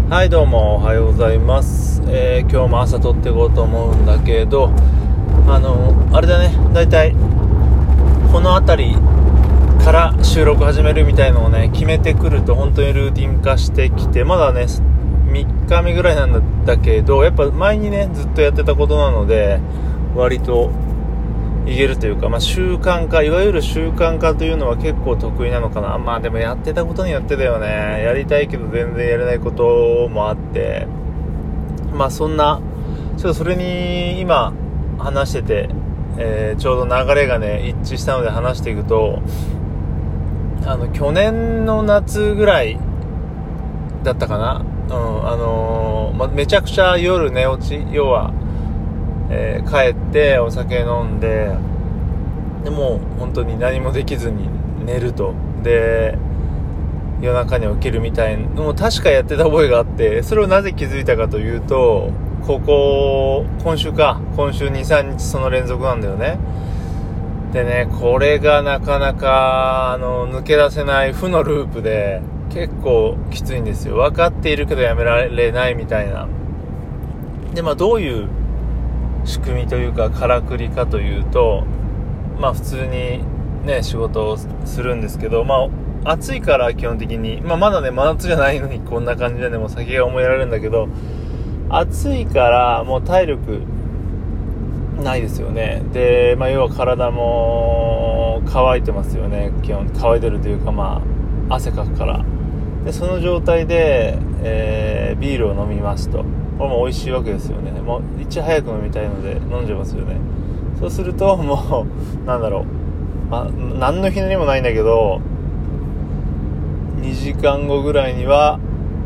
はい、どうもおはようございます。今日も朝撮っていこうと思うんだけど、あれだね、だいたいこの辺りから収録始めるみたいのをね決めてくると本当にルーティン化してきて、まだね3日目ぐらいなんだけど、やっぱ前にねずっとやってたことなので割といけるというか、習慣化、いわゆる習慣化というのは結構得意なのかな。でもやってたことによってだよね。やりたいけど全然やれないこともあって、そんなちょっとそれに今話してて、ちょうど流れがね一致したので話していくと、去年の夏ぐらいだったかな。めちゃくちゃ夜寝落ち、要は帰ってお酒飲んで、もう本当に何もできずに寝ると、で夜中に起きるみたいなのも確かやってた覚えがあって、それをなぜ気づいたかというと、今週 2,3 日その連続なんだよね。でね、これがなかなか抜け出せない負のループで結構きついんですよ。分かっているけどやめられないみたいな。でどういう仕組みというかからくりかというと、普通にね仕事をするんですけど、暑いから基本的に、まだね真夏じゃないのにこんな感じでねもう先が思いやられるんだけど、暑いからもう体力ないですよね。で、要は体も乾いてますよね。基本乾いてるというか汗かくから。でその状態で、ビールを飲みますと、これも美味しいわけですよね。もういち早く飲みたいので飲んじゃいますよね。そうするともう何のひねりもないんだけど、2時間後ぐらいには、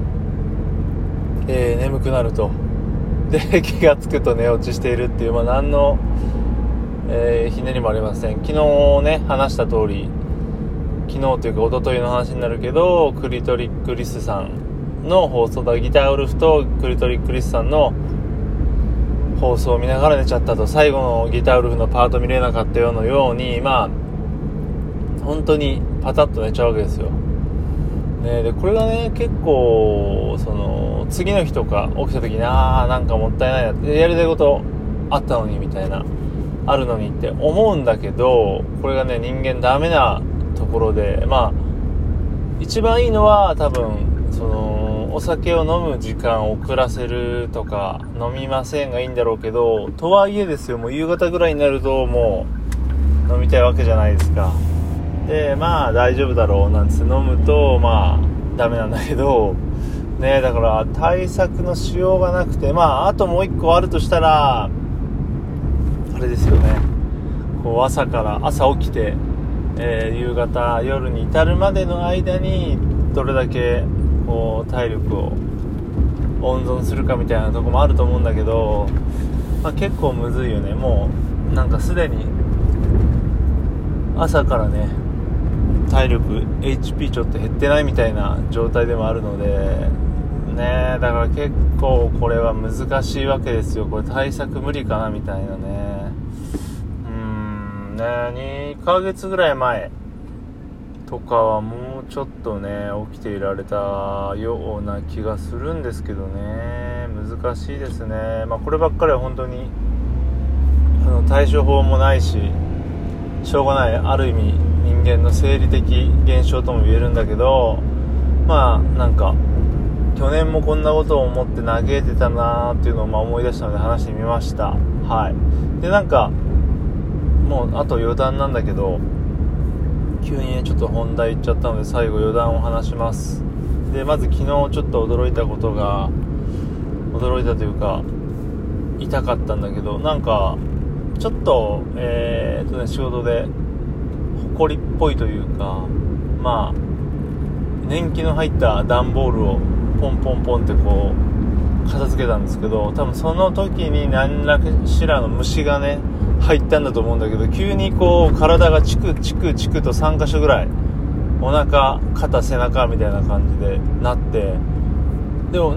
眠くなると。で気がつくと寝落ちしているっていう、何の、ひねりもありません。昨日ね話した通り、昨日というか一昨日の話になるけど、クリトリックリスさんの放送だ、ギターウルフとクリトリックリスさんの放送を見ながら寝ちゃったと。最後のギターウルフのパート見れなかったように本当にパタッと寝ちゃうわけですよ、ね。でこれがね結構次の日とか起きた時になんかもったいないなって、やりたいことあったのにみたいな、あるのにって思うんだけど、これがね人間ダメなところで、一番いいのは多分お酒を飲む時間を遅らせるとか、飲みませんがいいんだろうけど、とはいえですよ、もう夕方ぐらいになるともう飲みたいわけじゃないですか。で大丈夫だろうなんて飲むとダメなんだけどね。だから対策のしようがなくて、あともう一個あるとしたらあれですよね。朝起きて、夕方夜に至るまでの間にどれだけ体力を温存するかみたいなとこもあると思うんだけど、結構むずいよね。もうすでに朝からね体力 HP ちょっと減ってないみたいな状態でもあるのでね。だから結構これは難しいわけですよ。これ対策無理かなみたいなね。2ヶ月ぐらい前とかはもうちょっとね起きていられたような気がするんですけどね。難しいですね。こればっかりは本当に対処法もないししょうがない、ある意味人間の生理的現象とも言えるんだけど、去年もこんなことを思って嘆いてたなーっていうのを思い出したので話してみました。でもうあと余談なんだけど、急にねちょっと本題いっちゃったので最後余談を話します。でまず昨日ちょっと驚いたというか痛かったんだけど、ちょっと仕事で埃っぽいというか、年季の入った段ボールをポンポンポンって片付けたんですけど、多分その時に何らかしらの虫がね入ったんだと思うんだけど、急に体がチクチクチクと3箇所ぐらいお腹、肩、背中みたいな感じでなって、でも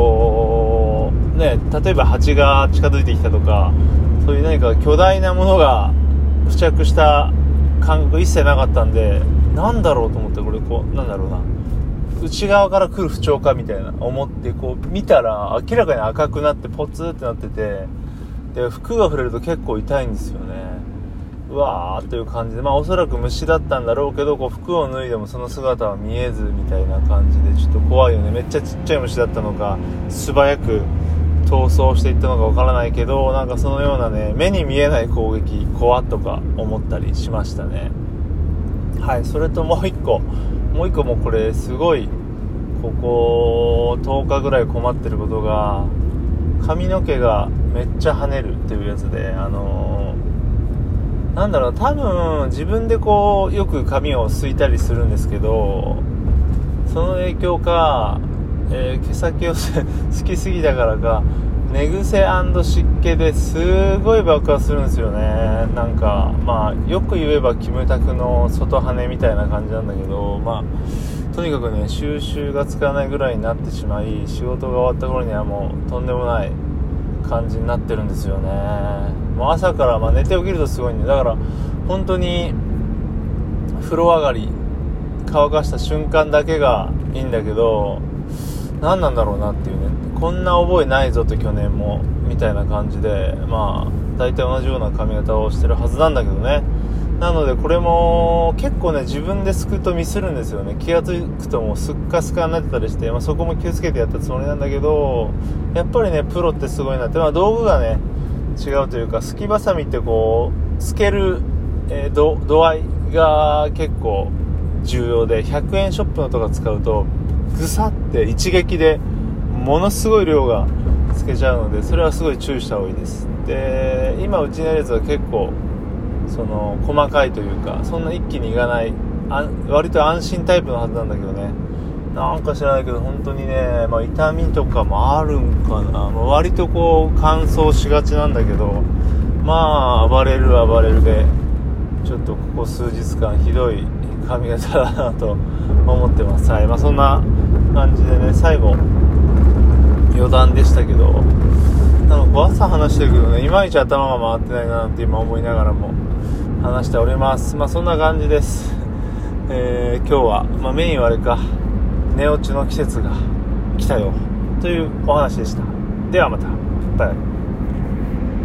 例えば蜂が近づいてきたとか、そういう何か巨大なものが付着した感覚一切なかったんで、なんだろうと思って、これなんだろうな、 内側から来る不調かみたいな思ってこう見たら明らかに赤くなってポツってなってて、で服が触れると結構痛いんですよね。うわーという感じで、おそらく虫だったんだろうけど、こう服を脱いでもその姿は見えずみたいな感じで、ちょっと怖いよね。めっちゃちっちゃい虫だったのか素早く逃走していったのかわからないけど、なんかそのようなね、目に見えない攻撃怖っとか思ったりしましたね。はい。それともう一個もこれすごいここ10日ぐらい困ってることが、髪の毛がめっちゃ跳ねるっていうやつで、なんだろう、多分自分でこうよく髪をすいたりするんですけど、その影響か、毛先を好きすぎだからか、寝癖&湿気ですごい爆発するんですよね。なんかよく言えばキムタクの外羽みたいな感じなんだけど、とにかくね、収集がつかないぐらいになってしまい、仕事が終わった頃にはもうとんでもない感じになってるんですよね。もう朝から寝て起きるとすごいんで、だから本当に風呂上がり乾かした瞬間だけがいいんだけど、何なんだろうなっていうね、こんな覚えないぞと去年もみたいな感じで、大体同じような髪型をしてるはずなんだけどね。なのでこれも結構ね、自分ですくとミスるんですよね。気がつくともうスッカスカになってたりして、そこも気をつけてやったつもりなんだけど、やっぱりね、プロってすごいなって、道具がね違うというか、すきばさみってこうつける、度合いが結構重要で、100円ショップのとか使うとぐさって一撃でものすごい量がつけちゃうので、それはすごい注意した方がいいです。で、今うちにあるやつは結構その細かいというか、そんな一気にいかない割と安心タイプのはずなんだけどね、なんか知らないけど本当にね、痛みとかもあるんかな、割とこう乾燥しがちなんだけど、暴れるでちょっとここ数日間ひどい髪型だなと思ってます。はい。そんな感じでね、最後余談でしたけど、なんか朝話してるけどね、いまいち頭が回ってないななんて今思いながらも話しております。そんな感じです。今日は、メインはあれか、寝落ちの季節が来たよというお話でした。ではまた。バイバイ。